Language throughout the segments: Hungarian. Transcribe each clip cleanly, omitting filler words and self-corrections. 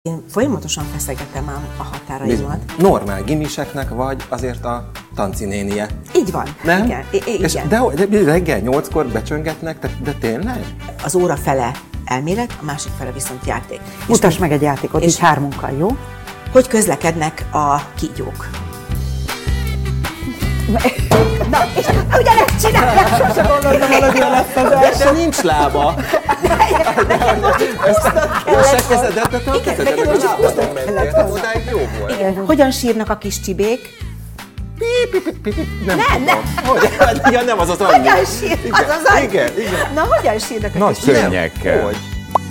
Én folyamatosan feszegetem ám a határaimat. Normál gimiseknek vagy azért a tancinénie. Így van. Nem? Igen. És de reggel 8-kor becsöngetnek, de tényleg? Az óra fele elmélet, a másik fele viszont játék. Mutasd meg egy játékot, így hármunkkal, jó? Hogy közlekednek a kígyók? Na, és ugyanezt csinálják! Sose gondoltam, hogy olyan lesz az első. De nincs lába! Se kezedet, de te a kezedet, a lábadon mentél. Odáig jó volt. Igen. Hogyan sírnak a kis csibék? Nem. Nem. Igen, nem az az annyi. Hogyan sír? Az az annyi. Igen. Na, hogyan sírnak a Nagy kis csibék? szönnyekkel. Hogy?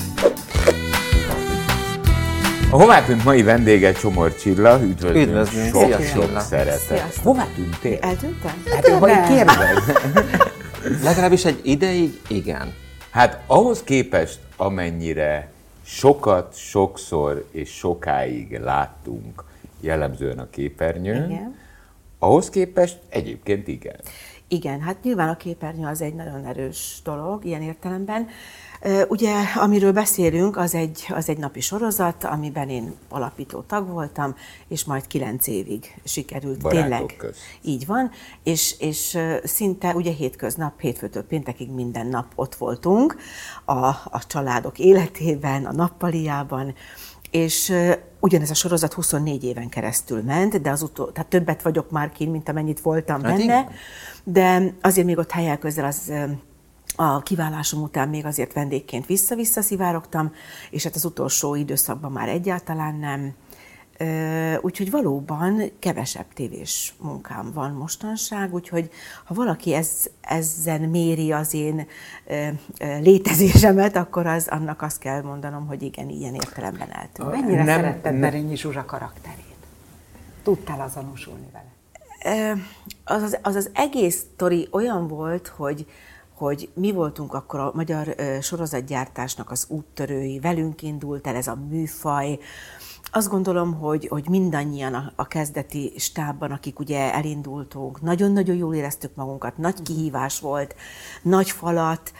A Hová tűnt mai vendége Csomor Csilla, Üdvözlünk. Szia, sok Csilla. szeretet. Sziasztok. Hová tűntél? Eltűntem? Hát, hogy kérdez? Legalábbis egy ideig igen. Hát ahhoz képest, amennyire sokat, sokszor és sokáig láttunk jellemzően a képernyőn, Igen. ahhoz képest egyébként igen. Igen, hát nyilván a képernyő az egy nagyon erős dolog, ilyen értelemben. Ugye, amiről beszélünk, az egy napi sorozat, amiben én alapító tag voltam, és majd 9 évig sikerült Barátok tényleg. közt. Így van, és szinte ugye hétköznap, hétfőtől péntekig minden nap ott voltunk a családok életében, a nappaliában, és ugyanez a sorozat 24 éven keresztül ment, de tehát többet vagyok már kint, mint amennyit voltam Hát benne, igen. de azért még ott helyek közel az a kiválásom után még azért vendégként vissza-vissza szivárogtam, és hát az utolsó időszakban már egyáltalán nem. Úgyhogy valóban kevesebb tévés munkám van mostanság, úgyhogy ha valaki ezen méri az én létezésemet, akkor annak azt kell mondanom, hogy igen, ilyen értelemben eltűnt. Mennyire szeretted Berényi Zsuzsa karakterét? Tudtál azonosulni vele? Az egész sztori olyan volt, hogy mi voltunk akkor a magyar sorozatgyártásnak az úttörői, velünk indult el ez a műfaj. Azt gondolom, hogy mindannyian a kezdeti stábban, akik ugye elindultunk, nagyon-nagyon jól éreztük magunkat, nagy kihívás volt, nagy falat,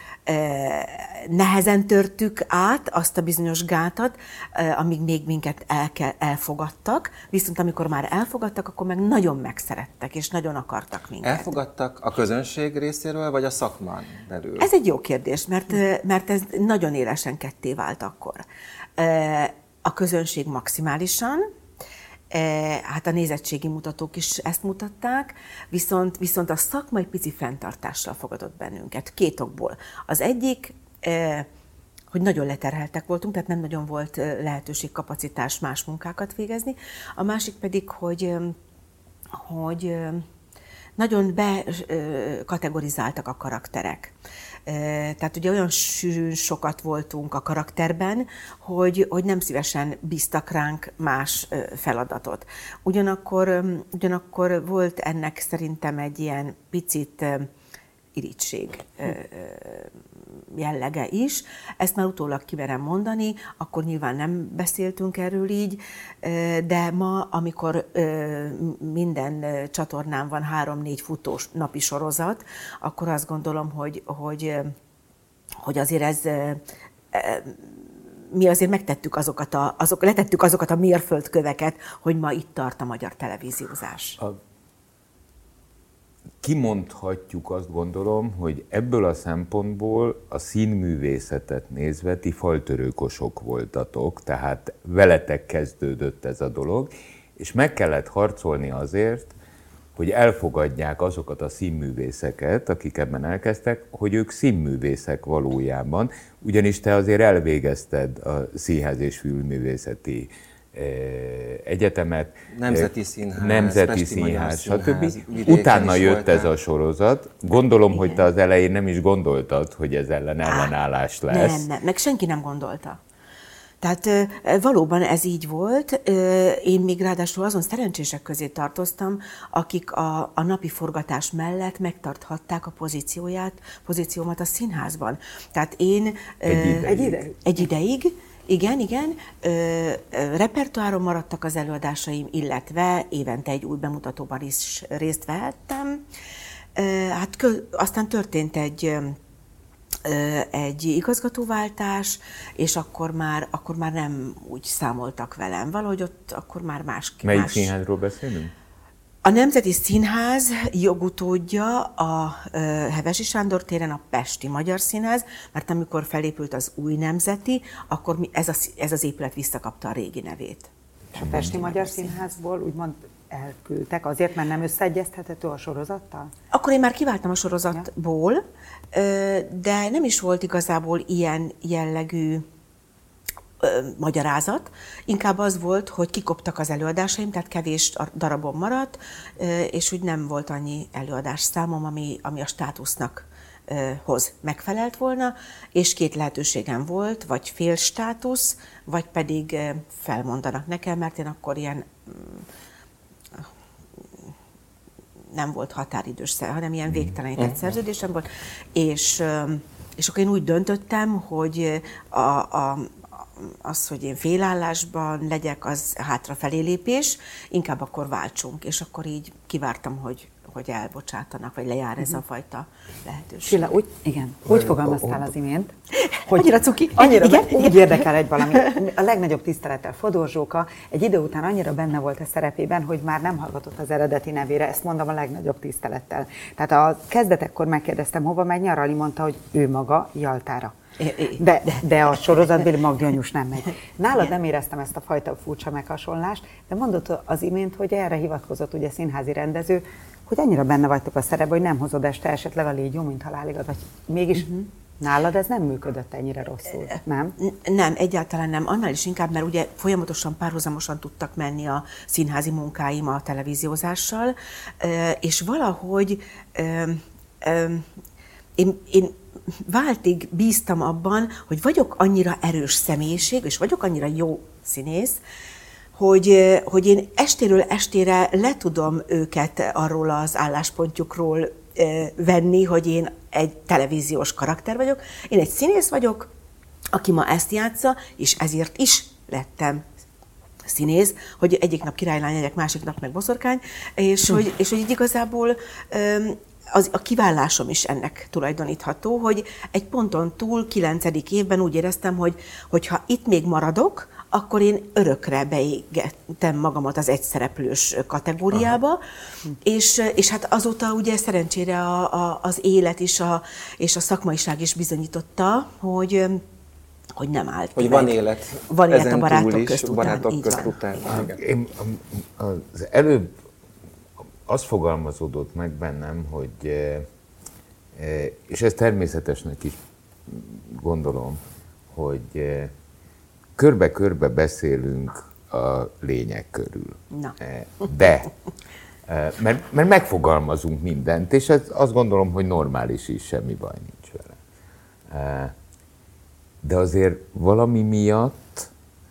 nehezen törtük át azt a bizonyos gátat, amíg még minket elfogadtak, viszont amikor már elfogadtak, akkor meg nagyon megszerettek, és nagyon akartak minket. Elfogadtak a közönség részéről, vagy a szakmán belül? Ez egy jó kérdés, mert ez nagyon élesen ketté vált akkor. A közönség maximálisan, hát a nézettségi mutatók is ezt mutatták, viszont a szakma egy pici fenntartással fogadott bennünket, 2 okból. Az egyik, hogy nagyon leterheltek voltunk, tehát nem nagyon volt lehetőség, kapacitás más munkákat végezni. A másik pedig, hogy nagyon bekategorizáltak a karakterek. Tehát ugye olyan sűrűn sokat voltunk a karakterben, hogy nem szívesen bíztak ránk más feladatot. Ugyanakkor volt ennek szerintem egy ilyen picit irigység jellege is. Ezt már utólag kimerem mondani, akkor nyilván nem beszéltünk erről így, de ma, amikor minden csatornán van 3-4 futós napi sorozat, akkor azt gondolom, hogy azért mi azért megtettük letettük azokat a mérföldköveket, hogy ma itt tart a magyar televíziózás. Kimondhatjuk, azt gondolom, hogy ebből a szempontból a színművészetet nézve ti faltörőkosok voltatok, tehát veletek kezdődött ez a dolog, és meg kellett harcolni azért, hogy elfogadják azokat a színművészeket, akik ebben elkezdtek, hogy ők színművészek valójában, ugyanis te azért elvégezted a Színház és Filmművészeti Egyetemet, Nemzeti Színház, stb. Utána jött ez a sorozat. Gondolom, hogy te az elején nem is gondoltad, hogy ez ellen ellenállás lesz. Nem, meg senki nem gondolta. Tehát valóban ez így volt. Én még ráadásul azon szerencsések közé tartoztam, akik a napi forgatás mellett megtarthatták a pozíciómat a színházban. Tehát én egy ideig igen, repertoáron maradtak az előadásaim, illetve évente egy új bemutatóban is részt vehettem. Hát aztán történt egy igazgatóváltás, és akkor már nem úgy számoltak velem. Valahogy ott akkor már más. Melyik színházról beszélünk? A Nemzeti Színház jogutódja a Hevesi Sándor téren a Pesti Magyar Színház, mert amikor felépült az új Nemzeti, akkor ez az épület visszakapta a régi nevét. A Pesti Magyar Színházból úgymond elküldtek azért, mert nem összeegyeztethető a sorozattal? Akkor én már kiváltam a sorozatból, de nem is volt igazából ilyen jellegű magyarázat. Inkább az volt, hogy kikoptak az előadásaim, tehát kevés darabom maradt, és úgy nem volt annyi előadás számom, ami a státusznak hoz megfelelt volna, és két lehetőségem volt, vagy fél státusz, vagy pedig felmondanak nekem, mert én akkor ilyen nem volt határidős, hanem ilyen végtelenített szerződésem volt, és akkor én úgy döntöttem, hogy az, hogy én félállásban legyek, az hátrafelé lépés, inkább akkor váltsunk, és akkor így kivártam, hogy elbocsátanak, vagy lejár ez a fajta lehetőség. Silla, úgy fogalmaztál az imént, hogy annyira cuki. Úgy érdekel egy valami. A legnagyobb tisztelettel Fodor Zsóka egy idő után annyira benne volt a szerepében, hogy már nem hallgatott az eredeti nevére, ezt mondom a legnagyobb tisztelettel. Tehát a kezdetekkor megkérdeztem, hova megy nyaralni, mondta, hogy ő maga Jaltára. De a sorozatbéli Magdi anyus nem megy. Nálad nem éreztem ezt a fajta furcsa meghasonlást, de mondott az imént, hogy erre hivatkozott ugye színházi rendező, hogy annyira benne vagytok a szerepben, hogy nem hozod este esetleg a Légy jó, mint halálig, vagy mégis nálad ez nem működött ennyire rosszul, nem? Nem, egyáltalán nem. Annál is inkább, mert ugye folyamatosan, párhuzamosan tudtak menni a színházi munkáim a televíziózással, és valahogy én váltig bíztam abban, hogy vagyok annyira erős személyiség, és vagyok annyira jó színész, hogy én estéről estére le tudom őket arról az álláspontjukról venni, hogy én egy televíziós karakter vagyok. Én egy színész vagyok, aki ma ezt játsza, és ezért is lettem színész, hogy egyik nap királylány legyek, másik nap meg boszorkány, és hogy így igazából a kiválásom is ennek tulajdonítható, hogy egy ponton túl 9. évben úgy éreztem, hogy ha itt még maradok, akkor én örökre beégettem magamat az egyszereplős kategóriába, és hát azóta ugye szerencsére az élet is és a szakmaiság is bizonyította, hogy nem állt. Hogy van élet. Van élet a barátok közt után. Barátok közt után. Én az előbb az fogalmazódott meg bennem, hogy, és ezt természetesnek is gondolom, hogy körbe-körbe beszélünk a lények körül. Na. De, mert megfogalmazunk mindent, és azt gondolom, hogy normális is, semmi baj nincs vele. De azért valami miatt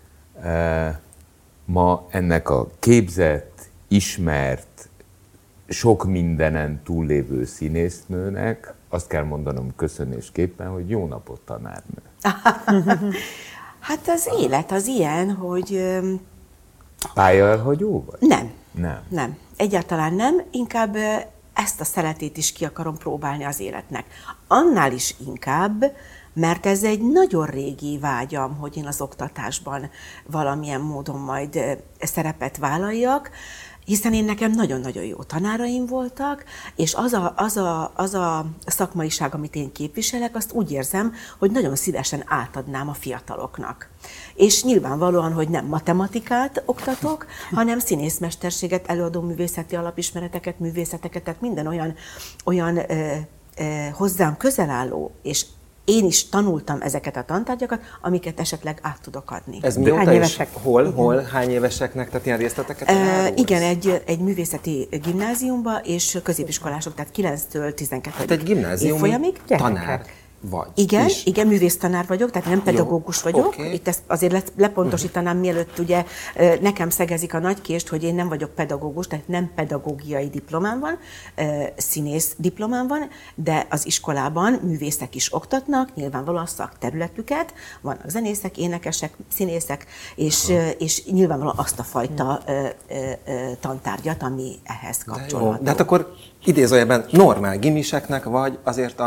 ma ennek a képzett, ismert, sok mindenen túllévő színésznőnek azt kell mondanom köszönésképpen, hogy jó napot, tanárnő. Hát az élet az ilyen, hogy... Pályaelhagyó vagy? Nem. Egyáltalán nem. Inkább ezt a szeletét is ki akarom próbálni az életnek. Annál is inkább, mert ez egy nagyon régi vágyam, hogy én az oktatásban valamilyen módon majd szerepet vállaljak, hiszen én nekem nagyon-nagyon jó tanáraim voltak, és az a szakmaiság, amit én képviselek, azt úgy érzem, hogy nagyon szívesen átadnám a fiataloknak. És nyilvánvalóan, hogy nem matematikát oktatok, hanem színészmesterséget, előadó művészeti alapismereteket, művészeteket, tehát minden olyan hozzám közel álló, és én is tanultam ezeket a tantárgyakat, amiket esetleg át tudok adni. Ez mióta és hol, hány éveseknek, tehát ilyen részleteket? Igen, egy művészeti gimnáziumba és középiskolások, tehát 9-től 12 hát egy gimnáziumi tanár vagy. Igen, művésztanár vagyok, tehát nem pedagógus vagyok. Okay. Itt ezt azért lepontosítanám, mielőtt ugye nekem szegezik a nagykést, hogy én nem vagyok pedagógus, tehát nem pedagógiai diplomám van, színész diplomám van, de az iskolában művészek is oktatnak, nyilvánvalóan a szakterületüket, vannak zenészek, énekesek, színészek, és nyilvánvalóan azt a fajta tantárgyat, ami ehhez kapcsolható. De hát akkor idézőjelben normál gimiseknek vagy azért a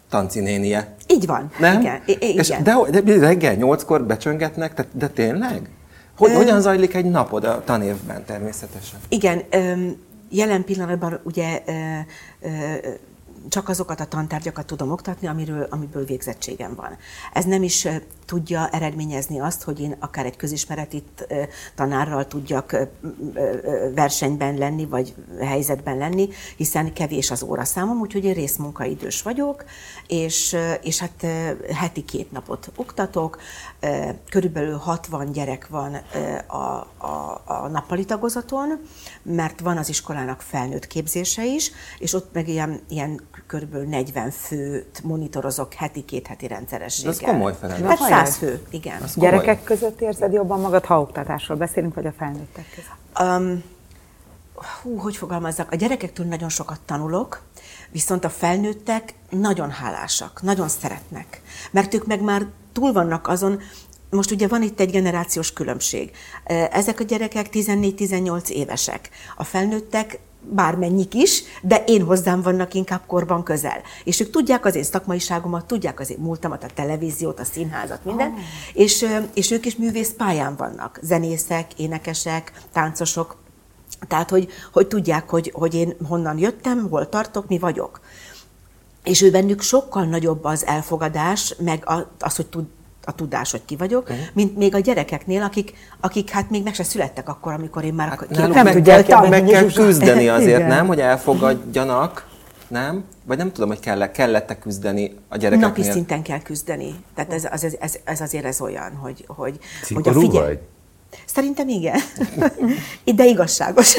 Tanci nénie. Így van. Nem? Igen. És Igen. de reggel 8-kor becsöngetnek, de tényleg? Hogyan zajlik egy napod a tanévben természetesen? Igen, jelen pillanatban ugye csak azokat a tantárgyakat tudom oktatni, amiből végzettségem van. Ez nem is tudja eredményezni azt, hogy én akár egy közismereti tanárral tudjak versenyben lenni, vagy helyzetben lenni, hiszen kevés az óraszámom, úgyhogy én részmunkaidős vagyok, és hát heti 2 napot oktatok, körülbelül 60 gyerek van a nappali tagozaton, mert van az iskolának felnőtt képzése is, és ott meg ilyen körülbelül 40 főt monitorozok heti rendszerességgel. Ez komoly feladat. Hát 100 fő, igen. Gyerekek között érzed jobban magad, ha oktatásról beszélünk, vagy a felnőttek között? Hogy fogalmazzak? A gyerekektől nagyon sokat tanulok, viszont a felnőttek nagyon hálásak, nagyon szeretnek, mert ők meg már túl vannak azon. Most ugye van itt egy generációs különbség. Ezek a gyerekek 14-18 évesek. A felnőttek bármennyik is, de én hozzám vannak inkább korban közel. És ők tudják az én szakmaiságomat, tudják az én múltamat, a televíziót, a színházat, mindent, és ők is művész pályán vannak. Zenészek, énekesek, táncosok. Tehát, hogy tudják, hogy én honnan jöttem, hol tartok, mi vagyok. És ő bennük sokkal nagyobb az elfogadás, meg az, hogy a tudás, hogy ki vagyok, mint még a gyerekeknél, akik hát még meg se születtek akkor, amikor én már meg kell küzdeni azért, nem? Hogy elfogadjanak, nem? Vagy nem tudom, hogy kellett-e küzdeni a gyerekeknél. Napi szinten kell küzdeni. Tehát ez azért ez olyan, hogy Szigorú a figyelj. vagy? Szerintem igen, de igazságos.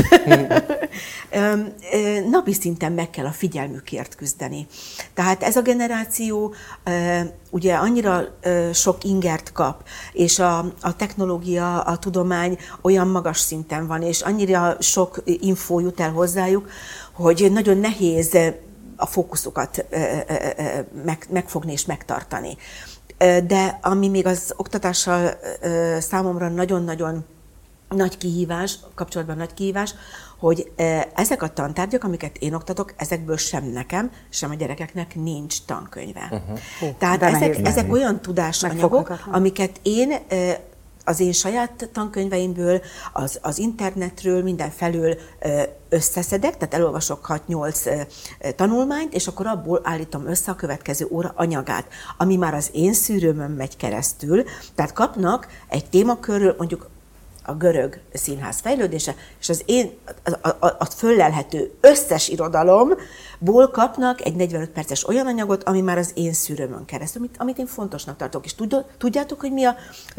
Napi szinten meg kell a figyelmükért küzdeni. Tehát ez a generáció ugye annyira sok ingert kap, és a technológia, a tudomány olyan magas szinten van, és annyira sok infó jut el hozzájuk, hogy nagyon nehéz a fókuszukat megfogni és megtartani. De ami még az oktatással számomra nagyon-nagyon nagy kihívás, kapcsolatban nagy kihívás, hogy ezek a tantárgyak, amiket én oktatok, ezekből sem nekem, sem a gyerekeknek nincs tankönyve. Tehát ezek olyan tudásanyagok, amiket én az én saját tankönyveimből, az internetről, mindenfelől összeszedek, tehát elolvasok 6-8 tanulmányt, és akkor abból állítom össze a következő óra anyagát, ami már az én szűrőmön megy keresztül, tehát kapnak egy témakörről, mondjuk a görög színház fejlődése, és az én a föllelhető összes irodalomból kapnak egy 45 perces olyan anyagot, ami már az én szűrőmön keresztül, amit én fontosnak tartok. És tudjátok, hogy mi a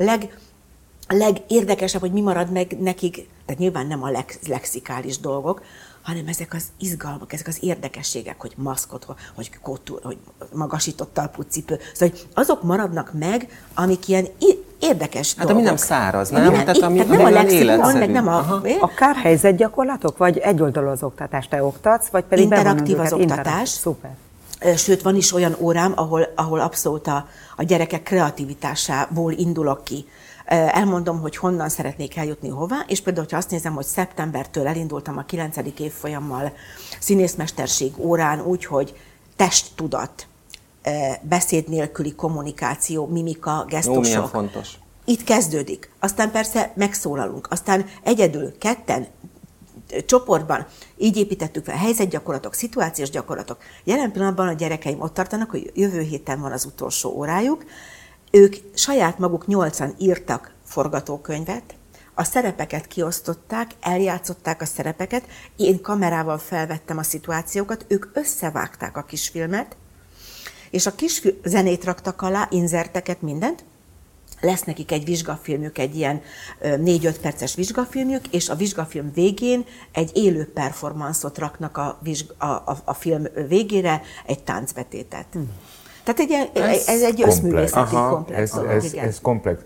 legérdekesebb, hogy mi marad meg nekik, tehát nyilván nem a lexikális dolgok, hanem ezek az izgalmak, ezek az érdekességek, hogy maszkot, hogy kotúr, hogy magasított talpú cipő. Szóval hogy azok maradnak meg, amik ilyen érdekes dolgok. Ami nem száraz, nem? Tehát nem a lexikon, meg nem Akár helyzetgyakorlatok, vagy egyoldalú az oktatás, te oktatsz, vagy pedig interaktív az oktatás. Szuper. Sőt, van is olyan órám, ahol abszolút a gyerekek kreativitásából indulok ki. Elmondom, hogy honnan szeretnék eljutni hová, és például, ha azt nézem, hogy szeptembertől elindultam a 9. évfolyammal színészmesterség órán úgy, hogy testtudat, beszéd nélküli kommunikáció, mimika, gesztusok. Milyen fontos. Itt kezdődik. Aztán persze megszólalunk. Aztán egyedül, ketten, csoportban így építettük fel helyzetgyakorlatok, szituációs gyakorlatok. Jelen pillanatban a gyerekeim ott tartanak, hogy jövő héten van az utolsó órájuk. Ők saját maguk 8-an írtak forgatókönyvet, a szerepeket kiosztották, eljátszották a szerepeket, én kamerával felvettem a szituációkat, ők összevágták a kisfilmet, és a kisfilm zenét raktak alá, inzerteket, mindent. Lesz nekik egy vizsgafilmjük, egy ilyen 4-5 perces vizsgafilmjük, és a vizsgafilm végén egy élő performanszot raknak a film végére, egy táncbetétet. Tehát ez egy összművészeti komplex. Ez komplex.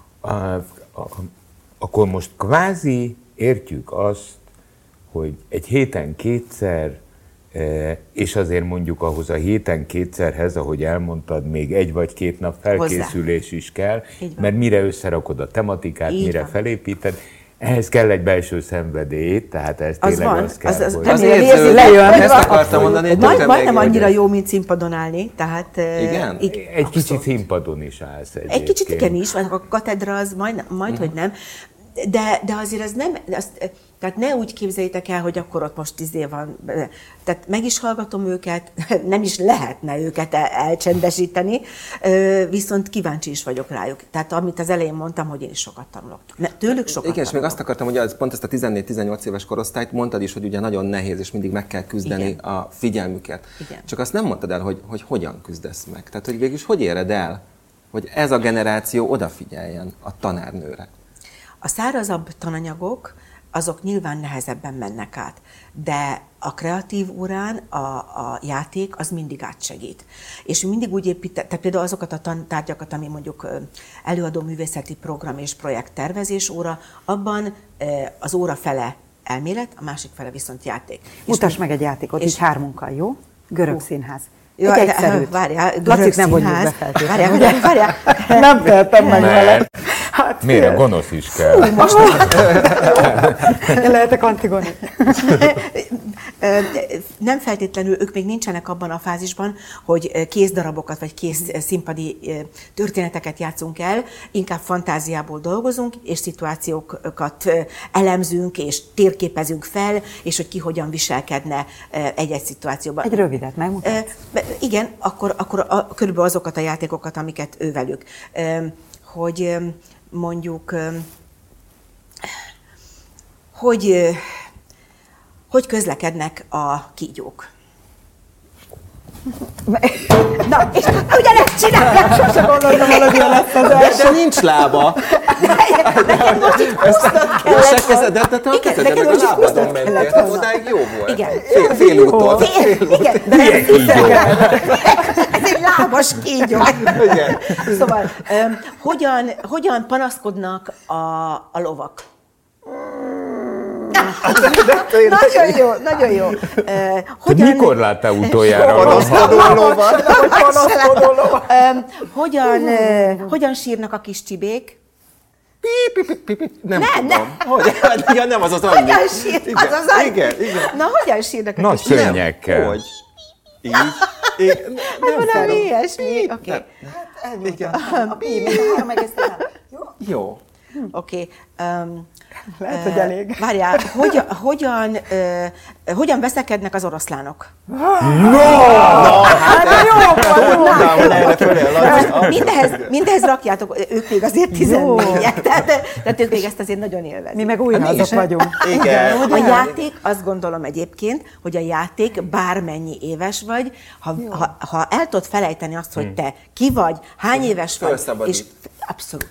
Akkor most kvázi értjük azt, hogy egy héten 2-szer, és azért mondjuk ahhoz a héten 2-szerhez, ahogy elmondtad, még 1 vagy 2 nap felkészülés is kell, mert mire összerakod a tematikát, mire felépíted, Ehhez kell egy belső szenvedély, tehát ez Az tényleg van, az kell, az hogy... Az érzi, lejön. ezt akartam mondani, hogy Majdnem annyira jó, mint színpadon állni. Tehát, Igen? Egy kicsit színpadon is állsz egyébként. Egy kicsit igenis, a katedra az majd hogy nem. De azért az nem, tehát ne úgy képzeljétek el, hogy akkor ott most van. Tehát meg is hallgatom őket, nem is lehetne őket elcsendesíteni, viszont kíváncsi is vagyok rájuk. Tehát amit az elején mondtam, hogy én is sokat tanulok. Tőlük sokat Igen, és még tanulok. azt akartam, hogy pont ezt a 14-18 éves korosztályt mondtad is, hogy ugye nagyon nehéz, és mindig meg kell küzdeni Igen. a figyelmüket. Igen. Csak azt nem mondtad el, hogy hogyan küzdesz meg. Tehát, hogy végülis hogy éred el, hogy ez a generáció odafigyeljen a tanárnőre. A szárazabb tananyagok, azok nyilván nehezebben mennek át, de a kreatív órán a játék az mindig átsegít. És mindig úgy tehát például azokat a tantárgyakat, ami mondjuk előadó művészeti program és projekttervezés óra, abban az óra fele elmélet, a másik fele viszont játék. Mutass meg egy játékot, így hármunkkal, jó? Görög színház. Jó, Egy egyszerűt. Várjál, Lacit nem vonjuk be színház. feltétlenül. Várjál. Nem tehetem meg vele. Mert Hát, miért a gonosz is kell? én lehetek Antigoni. Nem feltétlenül, ők még nincsenek abban a fázisban, hogy kézdarabokat vagy kész színpadi történeteket játszunk el, inkább fantáziából dolgozunk, és szituációkat elemzünk, és térképezünk fel, és hogy ki hogyan viselkedne egy-egy szituációban. Egy rövidet megmutatsz? Igen, akkor körülbelül azokat a játékokat, amiket ő velük. Hogy mondjuk, hogy közlekednek a kígyók. Na, és ugyanezt csinálják, sose gondoltam, hogy olyan lesz az első. De nincs lába! Nekem most itt húznod kellett. De te a kezedben meg a most itt lábadon húznod mentél. kellett Hát volna. odáig jó volt. Igen. Fél úton. Igen, de nem ez egy lábas kígyó. Igen. Szóval, hogyan panaszkodnak a lovak? Nagyon jó, nagyon jó. Mikor láttál utoljára a Panaszkodó lovat. Hogyan sírnak a kis csibék? Nem tudom. Ja, nem az az anyjuk. Hogyan sír? Az az anyjuk. Igen. Na, hogyan sírnak a Nagy kis csibék? szönnyekkel. Hogy? Így? Hát valami ilyesmi. Oké. Igen. A bí, még három egészben. Jó. Oké. Lehet, hogy elég. Várjál, hogyan veszekednek az oroszlánok? Tudtam, hogy erre fölél, Laci. Mindehez rakjátok, ők még azért 14-ek, tehát ők még ezt azért nagyon élvezik. Mi meg újházak vagyunk. Igen. A játék, azt gondolom egyébként, hogy a játék bármennyi éves vagy, ha el tudod felejteni azt, hogy te ki vagy, hány éves vagy, és abszolút.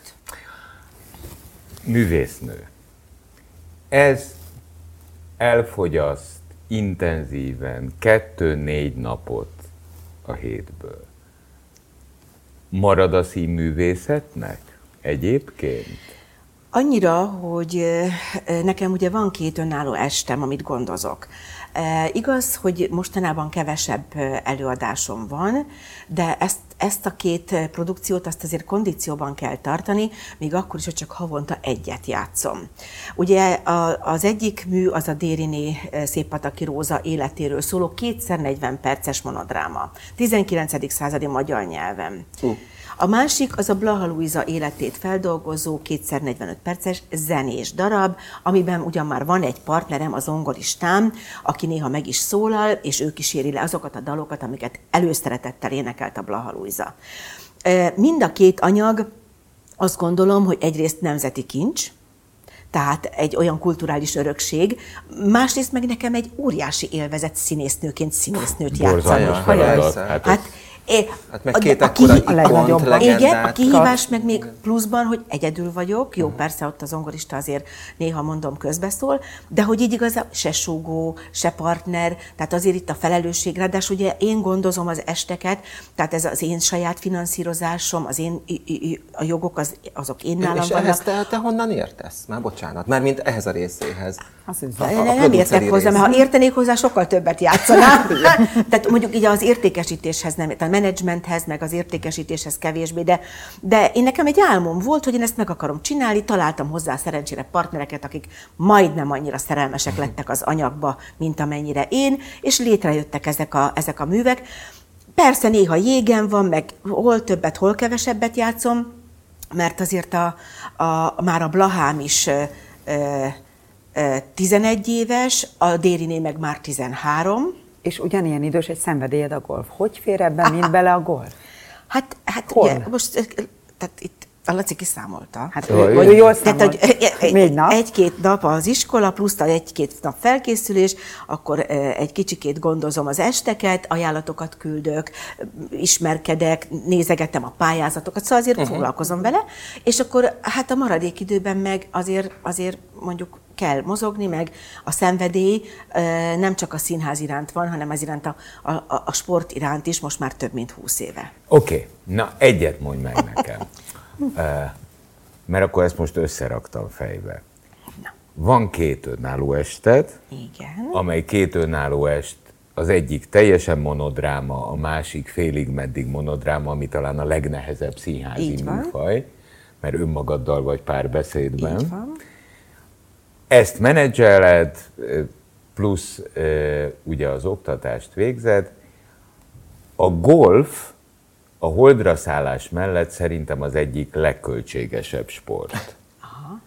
Művésznő. Ez elfogyaszt intenzíven 2-4 napot a hétből. Marad a színművészetnek egyébként? Annyira, hogy nekem ugye van 2 önálló estem, amit gondozok. Igaz, hogy mostanában kevesebb előadásom van, de ezt a 2 produkciót azt azért kondícióban kell tartani, még akkor is, hogy csak havonta egyet játszom. Ugye az egyik mű az a Dériné Széppataki Róza életéről szóló 2x40 perces monodráma, 19. századi magyar nyelven. A másik az a Blaha Lujza életét feldolgozó 2x45 perces zenés darab, amiben ugyan már van egy partnerem, a zongoristám, aki néha meg is szólal, és ő kíséri le azokat a dalokat, amiket előszeretettel énekelt a Blaha Lujza. Mind a 2 anyag azt gondolom, hogy egyrészt nemzeti kincs, tehát egy olyan kulturális örökség, másrészt meg nekem egy óriási élvezet színésznőként színésznőt játszani. Hát meg 2 ekkora ikont, legendát. Igen, a kihívás meg még pluszban, hogy egyedül vagyok, jó, persze ott a zongorista azért néha mondom közbeszól, de hogy így igazán se súgó, se partner, tehát azért itt a felelősség, ráadásul ugye én gondozom az esteket, tehát ez az én saját finanszírozásom, a jogok azok én nálam és vannak. És ehhez te honnan értesz? Már bocsánat, már mint ehhez a részéhez. Nem értek hozzá, mert ha értenék hozzá, sokkal többet játszanám. Tehát mondjuk így az értékesítéshez nem értem. menedzsmenthez, meg az értékesítéshez kevésbé, de én nekem egy álmom volt, hogy én ezt meg akarom csinálni, találtam hozzá szerencsére partnereket, akik majdnem annyira szerelmesek lettek az anyagba, mint amennyire én, és létrejöttek ezek a művek. Persze néha jégen van, meg hol többet, hol kevesebbet játszom, mert azért már a Blahám is 11 éves, a Dériné meg már 13. És ugyanilyen idős egy szenvedélyed a golf. Hogy fér ebben mind bele a golf? Hát ugye, most tehát itt a Laci kiszámolta. Hát ő jól számolt. Tehát, nap. Egy-két nap az iskola, plusz egy-két nap felkészülés, akkor egy kicsikét gondozom az esteket, ajánlatokat küldök, ismerkedek, nézegetem a pályázatokat, szóval azért foglalkozom vele, és akkor hát a maradék időben meg azért mondjuk kell mozogni, meg a szenvedély nem csak a színház iránt van, hanem az iránt a sport iránt is most már több mint 20 éve. Oké, na egyet mondj meg nekem. Mert akkor ezt most összeraktam fejbe. Na. Van 2 önálló ested, Igen. amely 2 önálló est, az egyik teljesen monodráma, a másik félig-meddig monodráma, ami talán a legnehezebb színházi műfaj, mert önmagaddal vagy párbeszédben. Így van. Ezt menedzseled, plusz ugye az oktatást végzed. A golf a holdra szállás mellett szerintem az egyik legköltségesebb sport. Aha.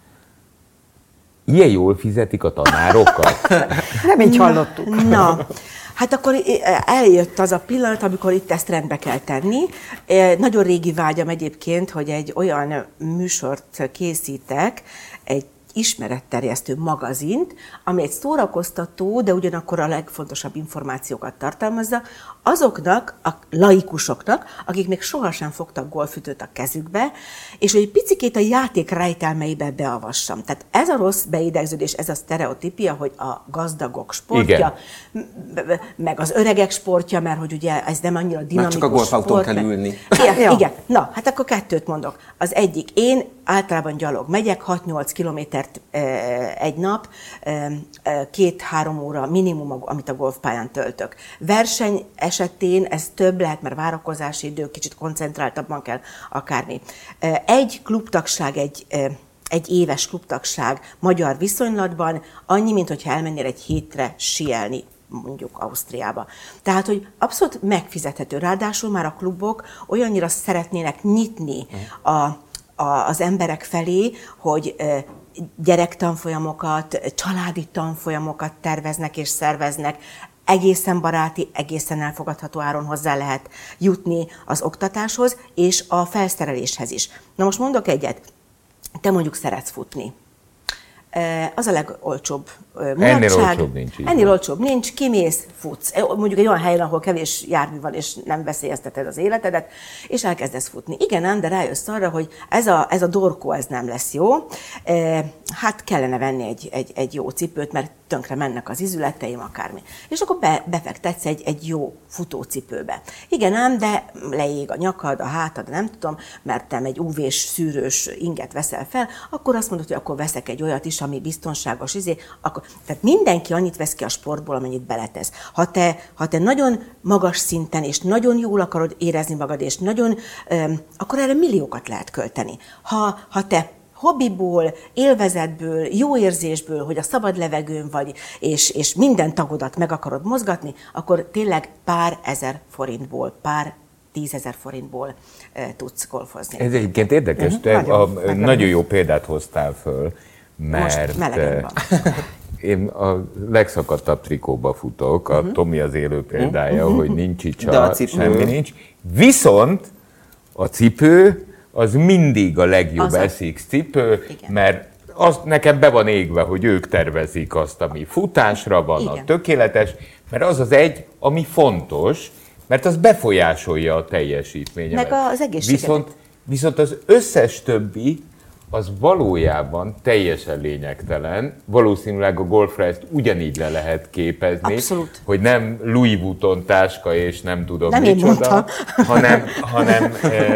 Ilyen jól fizetik a tanárokat? Nem így hallottuk. Na, hát akkor eljött az a pillanat, amikor itt ezt rendbe kell tenni. Nagyon régi vágyam egyébként, hogy egy olyan műsort készítek, egy ismeretterjesztő magazint, ami egy szórakoztató, de ugyanakkor a legfontosabb információkat tartalmazza, azoknak, a laikusoknak, akik még sohasem fogtak golfütőt a kezükbe, és hogy egy picikét a játék rejtelmeibe beavassam. Tehát ez a rossz beidegződés, ez a sztereotípia, hogy a gazdagok sportja, meg az öregek sportja, mert hogy ugye ez nem annyira dinamikus sport. Már csak a golfautón kell ülni. Igen. Na, hát akkor 2 mondok. Az egyik, én általában gyalog megyek, 6-8 kilométert egy nap, 2-3 óra minimum, amit a golfpályán töltök. Verseny esetén ez több lehet, mert várakozási idő, kicsit koncentráltabban kell akármi. Egy klubtagság, egy éves klubtagság magyar viszonylatban annyi, mint hogyha elmennél egy hétre síelni, mondjuk Ausztriába. Tehát, hogy abszolút megfizethető. Ráadásul már a klubok olyannyira szeretnének nyitni az emberek felé, hogy gyerektanfolyamokat, családi tanfolyamokat terveznek és szerveznek, egészen baráti, egészen elfogadható áron hozzá lehet jutni az oktatáshoz és a felszereléshez is. Na most mondok egyet, te mondjuk szeretsz futni. Az a legolcsóbb mulatság. Ennél olcsóbb nincs. Ennél olcsóbb nincs, kimész, futsz. Mondjuk egy olyan helyen, ahol kevés jármű van, és nem veszélyezteted az életedet, és elkezdesz futni. Igen ám, de rájössz arra, hogy ez a dorkó, ez nem lesz jó. Hát kellene venni egy jó cipőt, mert tönkre mennek az izületeim, akármi. És akkor befektetsz egy jó futócipőbe. Igen ám, de leég a nyakad, a hátad, nem tudom, mert te egy UV-s, szűrős inget veszel fel, akkor azt mondod, hogy akkor veszek egy olyat is, ami biztonságos, tehát mindenki annyit vesz ki a sportból, amennyit beletesz. Ha te nagyon magas szinten, és nagyon jól akarod érezni magad, és akkor erre milliókat lehet költeni. Ha te hobbiból, élvezetből, jó érzésből, hogy a szabad levegőn vagy, és minden tagodat meg akarod mozgatni, akkor tényleg pár ezer forintból, pár 10 000 forintból tudsz golfozni. Ez egyébként érdekes, nagyon jó példát hoztál föl, mert most melegen van. Én a legszakadtabb trikóba futok, a Tomi az élő példája, hogy nincs itt semmi nincs. Viszont a cipő az mindig a legjobb SX cipő, igen. Mert az nekem be van égve, hogy ők tervezik azt, ami futásra van, igen. A tökéletes, mert az az egy, ami fontos, mert az befolyásolja a teljesítményemet. Meg az egészséget. Viszont az összes többi, az valójában teljesen lényegtelen. Valószínűleg a golfra ezt ugyanígy le lehet képezni, abszolút. Hogy nem Louis Vuitton táska és nem tudom nem micsoda, hanem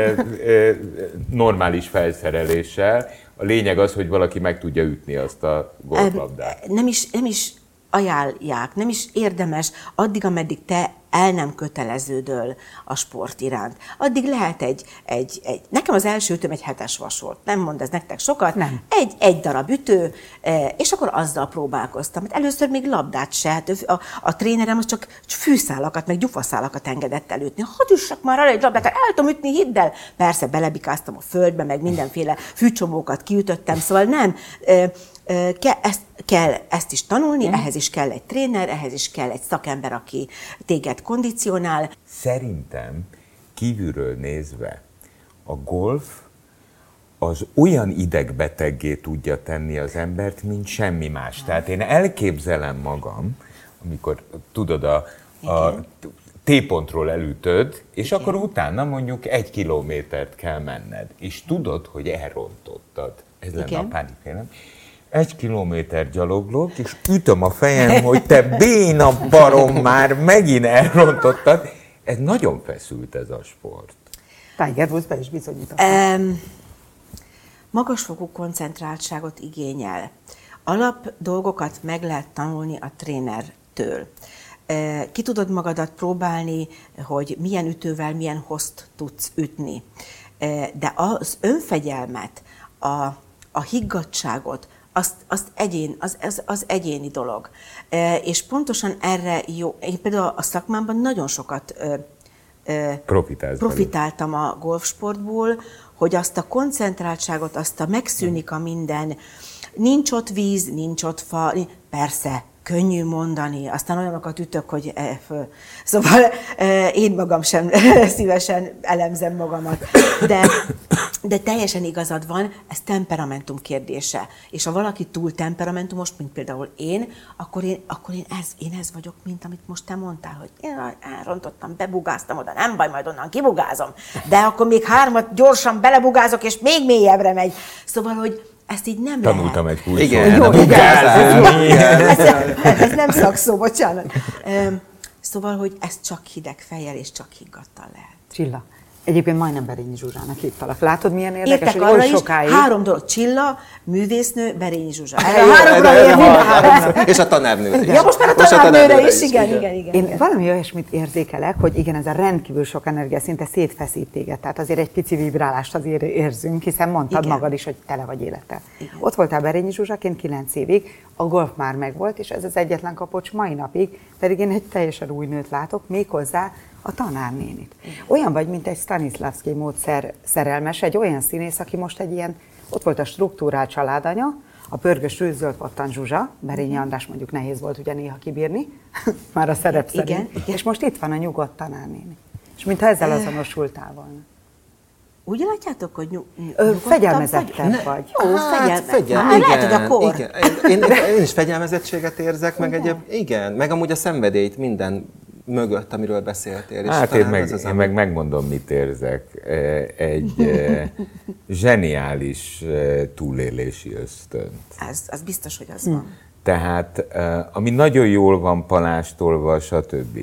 normális felszereléssel. A lényeg az, hogy valaki meg tudja ütni azt a golflabdát. Nem is ajánlják, nem is érdemes addig, ameddig te el nem köteleződöl a sport iránt, addig lehet nekem az első ütőm egy 7-es vas volt, nem mond ez nektek sokat, nem. Egy darab ütő, és akkor azzal próbálkoztam. Először még labdát se, hát a trénerem az csak fűszálakat, meg gyufaszálakat engedett elütni. Hadd üssek már egy labdát, el tudom ütni, hidd el. Persze belebikáztam a földbe, meg mindenféle fűcsomókat kiütöttem, szóval nem. Kell ezt is tanulni, ehhez is kell egy tréner, ehhez is kell egy szakember, aki téged kondicionál. Szerintem kívülről nézve a golf az olyan idegbeteggé tudja tenni az embert, mint semmi más. Tehát én elképzelem magam, amikor tudod, a T-pontról elütöd, és igen. Akkor utána mondjuk 1 kilométert kell menned, és tudod, hogy elrontottad. Ez lenne a pánikfélelem. 1 kilométer gyaloglok, és ütöm a fejem, hogy te béna barom, már megint elrontottad. Ez nagyon feszült ez a sport. Tiger Woods be is bizonyította. Magasfokú koncentráltságot igényel. Alap dolgokat meg lehet tanulni a trénertől. Ki tudod magadat próbálni, hogy milyen ütővel, milyen hozt tudsz ütni. De az önfegyelmet, a higgadtságot, az egyéni dolog. És pontosan erre jó. Én például a szakmámban nagyon sokat profitáltam a golfsportból, hogy azt a koncentráltságot, azt a megszűnik a minden, nincs ott víz, nincs ott fa, persze, könnyű mondani, aztán olyanokat ütök, hogy szóval én magam sem szívesen elemzem magamat, de teljesen igazad van, ez temperamentum kérdése. És ha valaki túl temperamentumos, mint például én, akkor én ez vagyok, mint amit most te mondtál, hogy én elrontottam, bebugáztam oda, nem baj, majd onnan kibugázom, de akkor még 3 gyorsan belebugázok, és még mélyebbre megy. Szóval, hogy ezt így nem Tanultam lehet. egy kulcsot. Igen, ez nem szakszó, bocsánat. Szóval, hogy ez csak hideg fejjel és csak higgadtan lehet. Csilla, egyébként majdnem Berényi Zsuzsának hívtalak. Látod, milyen érdekes, hogy oly sokáig... 3 dolog. Csilla, művésznő, Berényi Zsuzsa. És a tanárnőre is. Ja, most már a tanárnőre is, igen. Én valami olyasmit érzékelek, hogy igen, ez a rendkívül sok energia szinte szétfeszít téged. Tehát azért egy pici vibrálást azért érzünk, hiszen mondtad magad is, hogy tele vagy élettel. Igen. Ott voltál Berényi Zsuzsaként 9 évig, a golf már megvolt, és ez az egyetlen kapocs mai napig, pedig én egy teljesen új nőt látok, méghozzá a tanárnénit. Olyan vagy, mint egy Stanislavski módszer szerelmes, egy olyan színész, aki most egy ilyen, ott volt a struktúrált családanya, a pörgős rűzöld pattan Zsuzsa, Berényi András mondjuk nehéz volt ugye néha kibírni, már a szerep szerint. Igen. És most itt van a nyugodt tanárnéni. És mintha ezzel azonosultál volna. Úgy látjátok, hogy fegyelmezettebb vagy. Ó, igen, lehet, hogy a kor. Igen. Én is fegyelmezettséget érzek, meg meg amúgy a szenvedélyt minden mögött, amiről beszéltél. Hát én meg megmondom, mit érzek. Egy zseniális túlélési ösztönt. Az biztos, hogy az van. Tehát, ami nagyon jól van palástolva, stb.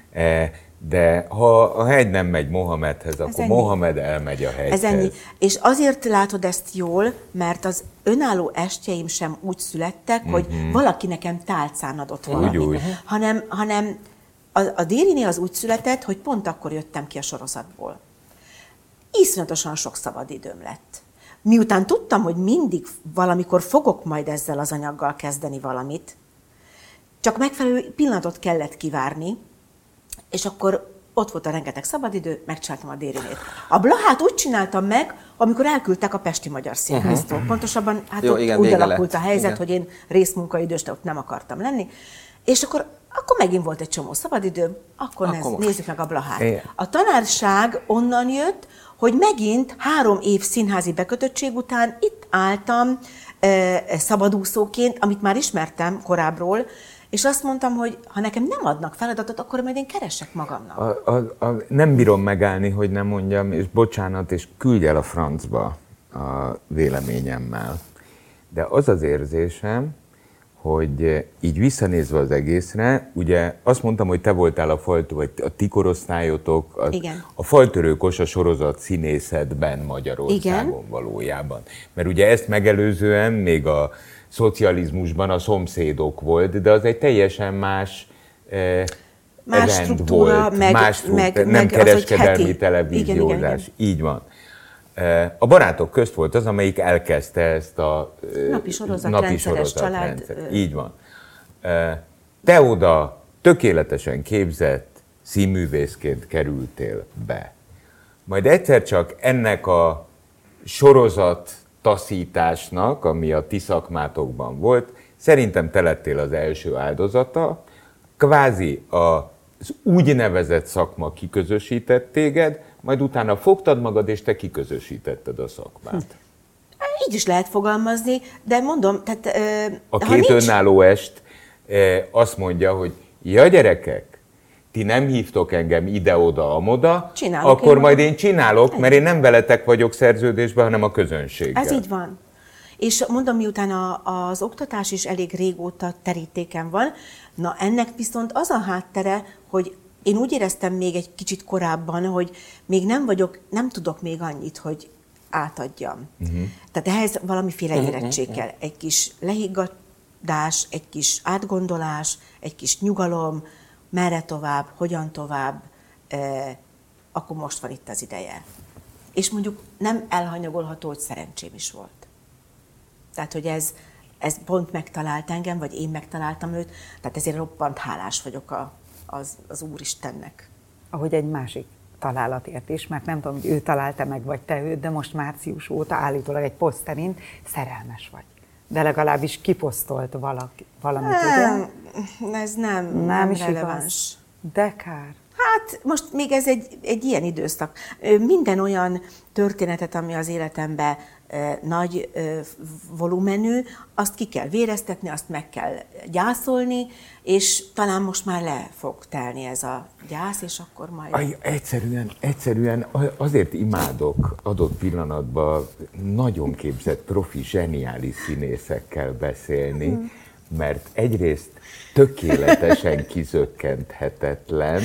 De ha a hegy nem megy Mohamedhez, akkor Mohamed elmegy a hegyhez. Ez ennyi. És azért látod ezt jól, mert az önálló estjeim sem úgy születtek, hogy valaki nekem tálcán adott valamit. Hanem a Dériné az úgy született, hogy pont akkor jöttem ki a sorozatból. Iszonyatosan sok szabadidőm lett. Miután tudtam, hogy mindig valamikor fogok majd ezzel az anyaggal kezdeni valamit, csak megfelelő pillanatot kellett kivárni, és akkor ott volt a rengeteg szabadidő, megcsináltam a Dérinét. A Blahát úgy csináltam meg, amikor elküldtek a Pesti Magyar Színháztól. Pontosabban úgy alakult a helyzet, hogy én részmunkaidős, de ott nem akartam lenni. És akkor megint volt egy csomó szabadidő, akkor nézzük meg a Blahát. A tanárság onnan jött, hogy megint 3 év színházi bekötöttség után itt álltam szabadúszóként, amit már ismertem korábbról, és azt mondtam, hogy ha nekem nem adnak feladatot, akkor majd én keressek magamnak. Nem bírom megállni, hogy nem mondjam, és bocsánat, és küldj el a francba a véleményemmel. De az az érzésem, hogy így visszanézve az egészre, ugye azt mondtam, hogy te voltál vagy a ti korosztályotok, a faltörő kosa sorozat színészetben Magyarországon valójában. Mert ugye ezt megelőzően még a szocializmusban a Szomszédok volt, de az egy teljesen más más rend struktúra, volt, meg, más meg nem az, kereskedelmi heti. televíziózás. Igen. Így van. A Barátok közt volt az, amelyik elkezdte ezt a Napi sorozat, rendszeres család. Így van. Te oda tökéletesen képzett színművészként kerültél be. Majd egyszer csak ennek a sorozat taszításnak, ami a ti szakmátokban volt, szerintem te lettél az első áldozata, kvázi az úgynevezett szakma kiközösített téged, majd utána fogtad magad, és te kiközösítetted a szakmát. Így is lehet fogalmazni, de mondom, tehát... A két önálló est azt mondja, hogy ja gyerekek, ti nem hívtok engem ide-oda, amoda, akkor majd én csinálok, mert én nem veletek vagyok szerződésben, hanem a közönséggel. Ez így van. És mondom, miután az oktatás is elég régóta terítéken van, na ennek viszont az a háttere, hogy én úgy éreztem még egy kicsit korábban, hogy még nem tudok még annyit, hogy átadjam. Tehát ehhez valamiféle érettség kell. Egy kis lehiggadás, egy kis átgondolás, egy kis nyugalom, merre tovább, hogyan tovább, akkor most van itt az ideje. És mondjuk nem elhanyagolható, hogy szerencsém is volt. Tehát, hogy ez pont megtalált engem, vagy én megtaláltam őt, tehát ezért roppant hálás vagyok az Úristennek. Ahogy egy másik találatért is, mert nem tudom, hogy ő találta meg, vagy te őt, de most március óta állítólag egy poszt szerint szerelmes vagy. De legalábbis kiposztolt valamit, ugye? Ez nem is releváns. Igaz. De kár. Hát most még ez egy ilyen időszak. Minden olyan történetet, ami az életemben nagy volumenű, azt ki kell véreztetni, azt meg kell gyászolni, és talán most már le fog telni ez a gyász, és akkor majd... Egyszerűen azért imádok adott pillanatban nagyon képzett, profi, zseniális színészekkel beszélni, mert egyrészt tökéletesen kizökkenthetetlen,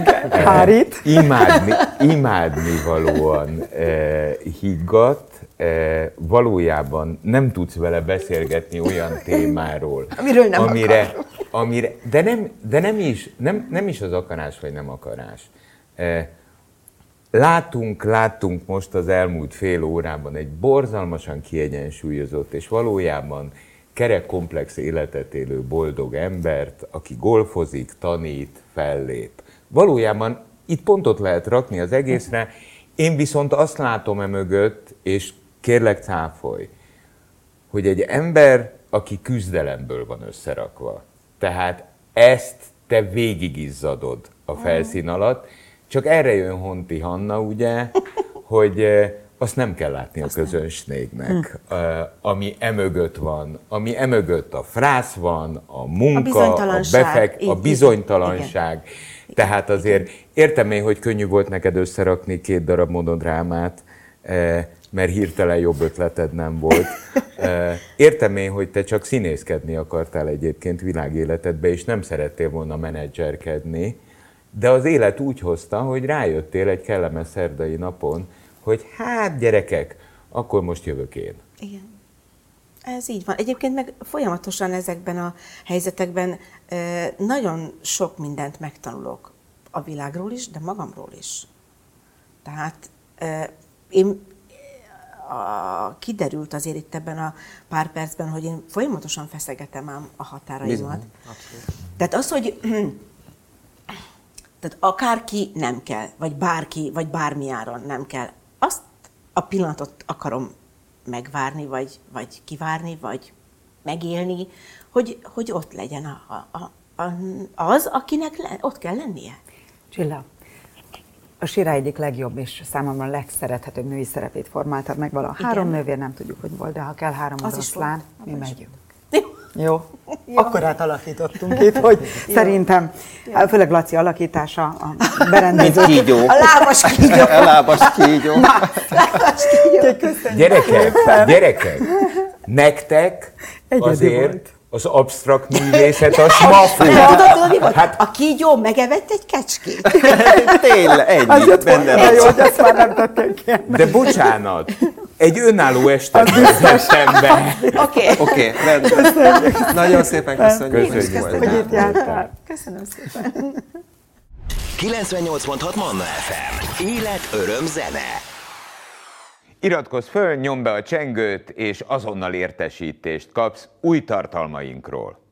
imádni valóan higgadt, valójában nem tudsz vele beszélgetni olyan témáról, amiről nem amire, de nem is az akarás vagy nem akarás. Láttunk most az elmúlt fél órában egy borzalmasan kiegyensúlyozott és valójában kerekkomplex életet élő boldog embert, aki golfozik, tanít, fellép. Valójában itt pontot lehet rakni az egészre, én viszont azt látom mögött, és kérlek cáfolj, hogy egy ember, aki küzdelemből van összerakva. Tehát ezt te végigizzadod a felszín alatt, csak erre jön Honti Hanna, ugye, hogy azt nem kell látni a közönségnek, ami emögött van, ami emögött a frász van, a munka, a bizonytalanság. Igen. Tehát azért értem én, hogy könnyű volt neked összerakni 2 darab monodrámát, mert hirtelen jobb ötleted nem volt. Értem én, hogy te csak színészkedni akartál egyébként világéletedbe, és nem szerettél volna menedzserkedni, de az élet úgy hozta, hogy rájöttél egy kellemes szerdai napon, hogy hát gyerekek, akkor most jövök én. Igen. Ez így van. Egyébként meg folyamatosan ezekben a helyzetekben nagyon sok mindent megtanulok a világról is, de magamról is. Tehát kiderült azért itt ebben a pár percben, hogy én folyamatosan feszegetem ám a határaimat. Tehát az, hogy tehát akárki nem kell, vagy bárki, vagy bármiáron nem kell, azt a pillanatot akarom megvárni, vagy kivárni, vagy megélni, hogy ott legyen az, akinek ott kell lennie. Csilla, a Sirály egyik legjobb és számomra legszerethetőbb női szerepét formáltad meg valaha. 3 nővér, nem tudjuk, hogy volt, de ha kell 3 oroszlán, mi megyünk. Jó. Akkor átalakítottunk itt, hogy szerintem, főleg Laci alakítása, a berendező. Mint kígyó. A lábas kígyó. A lábas kígyó. Gyerekek, nektek azért az absztrakt művészet a smafu. Tudod, mi volt? A kígyó megevett egy kecskét. Tényleg, ennyi. Benne van. Jó, hogy ezt már nem tették ki. De bocsánat, egy önálló estet vezettem be. Oké, rendben. Nagyon szépen köszönjük, hogy itt jártál. Köszönöm szépen. 98.6 Manna FM. Élet, öröm, zene. Iratkozz föl, nyomd be a csengőt, és azonnal értesítést kapsz új tartalmainkról.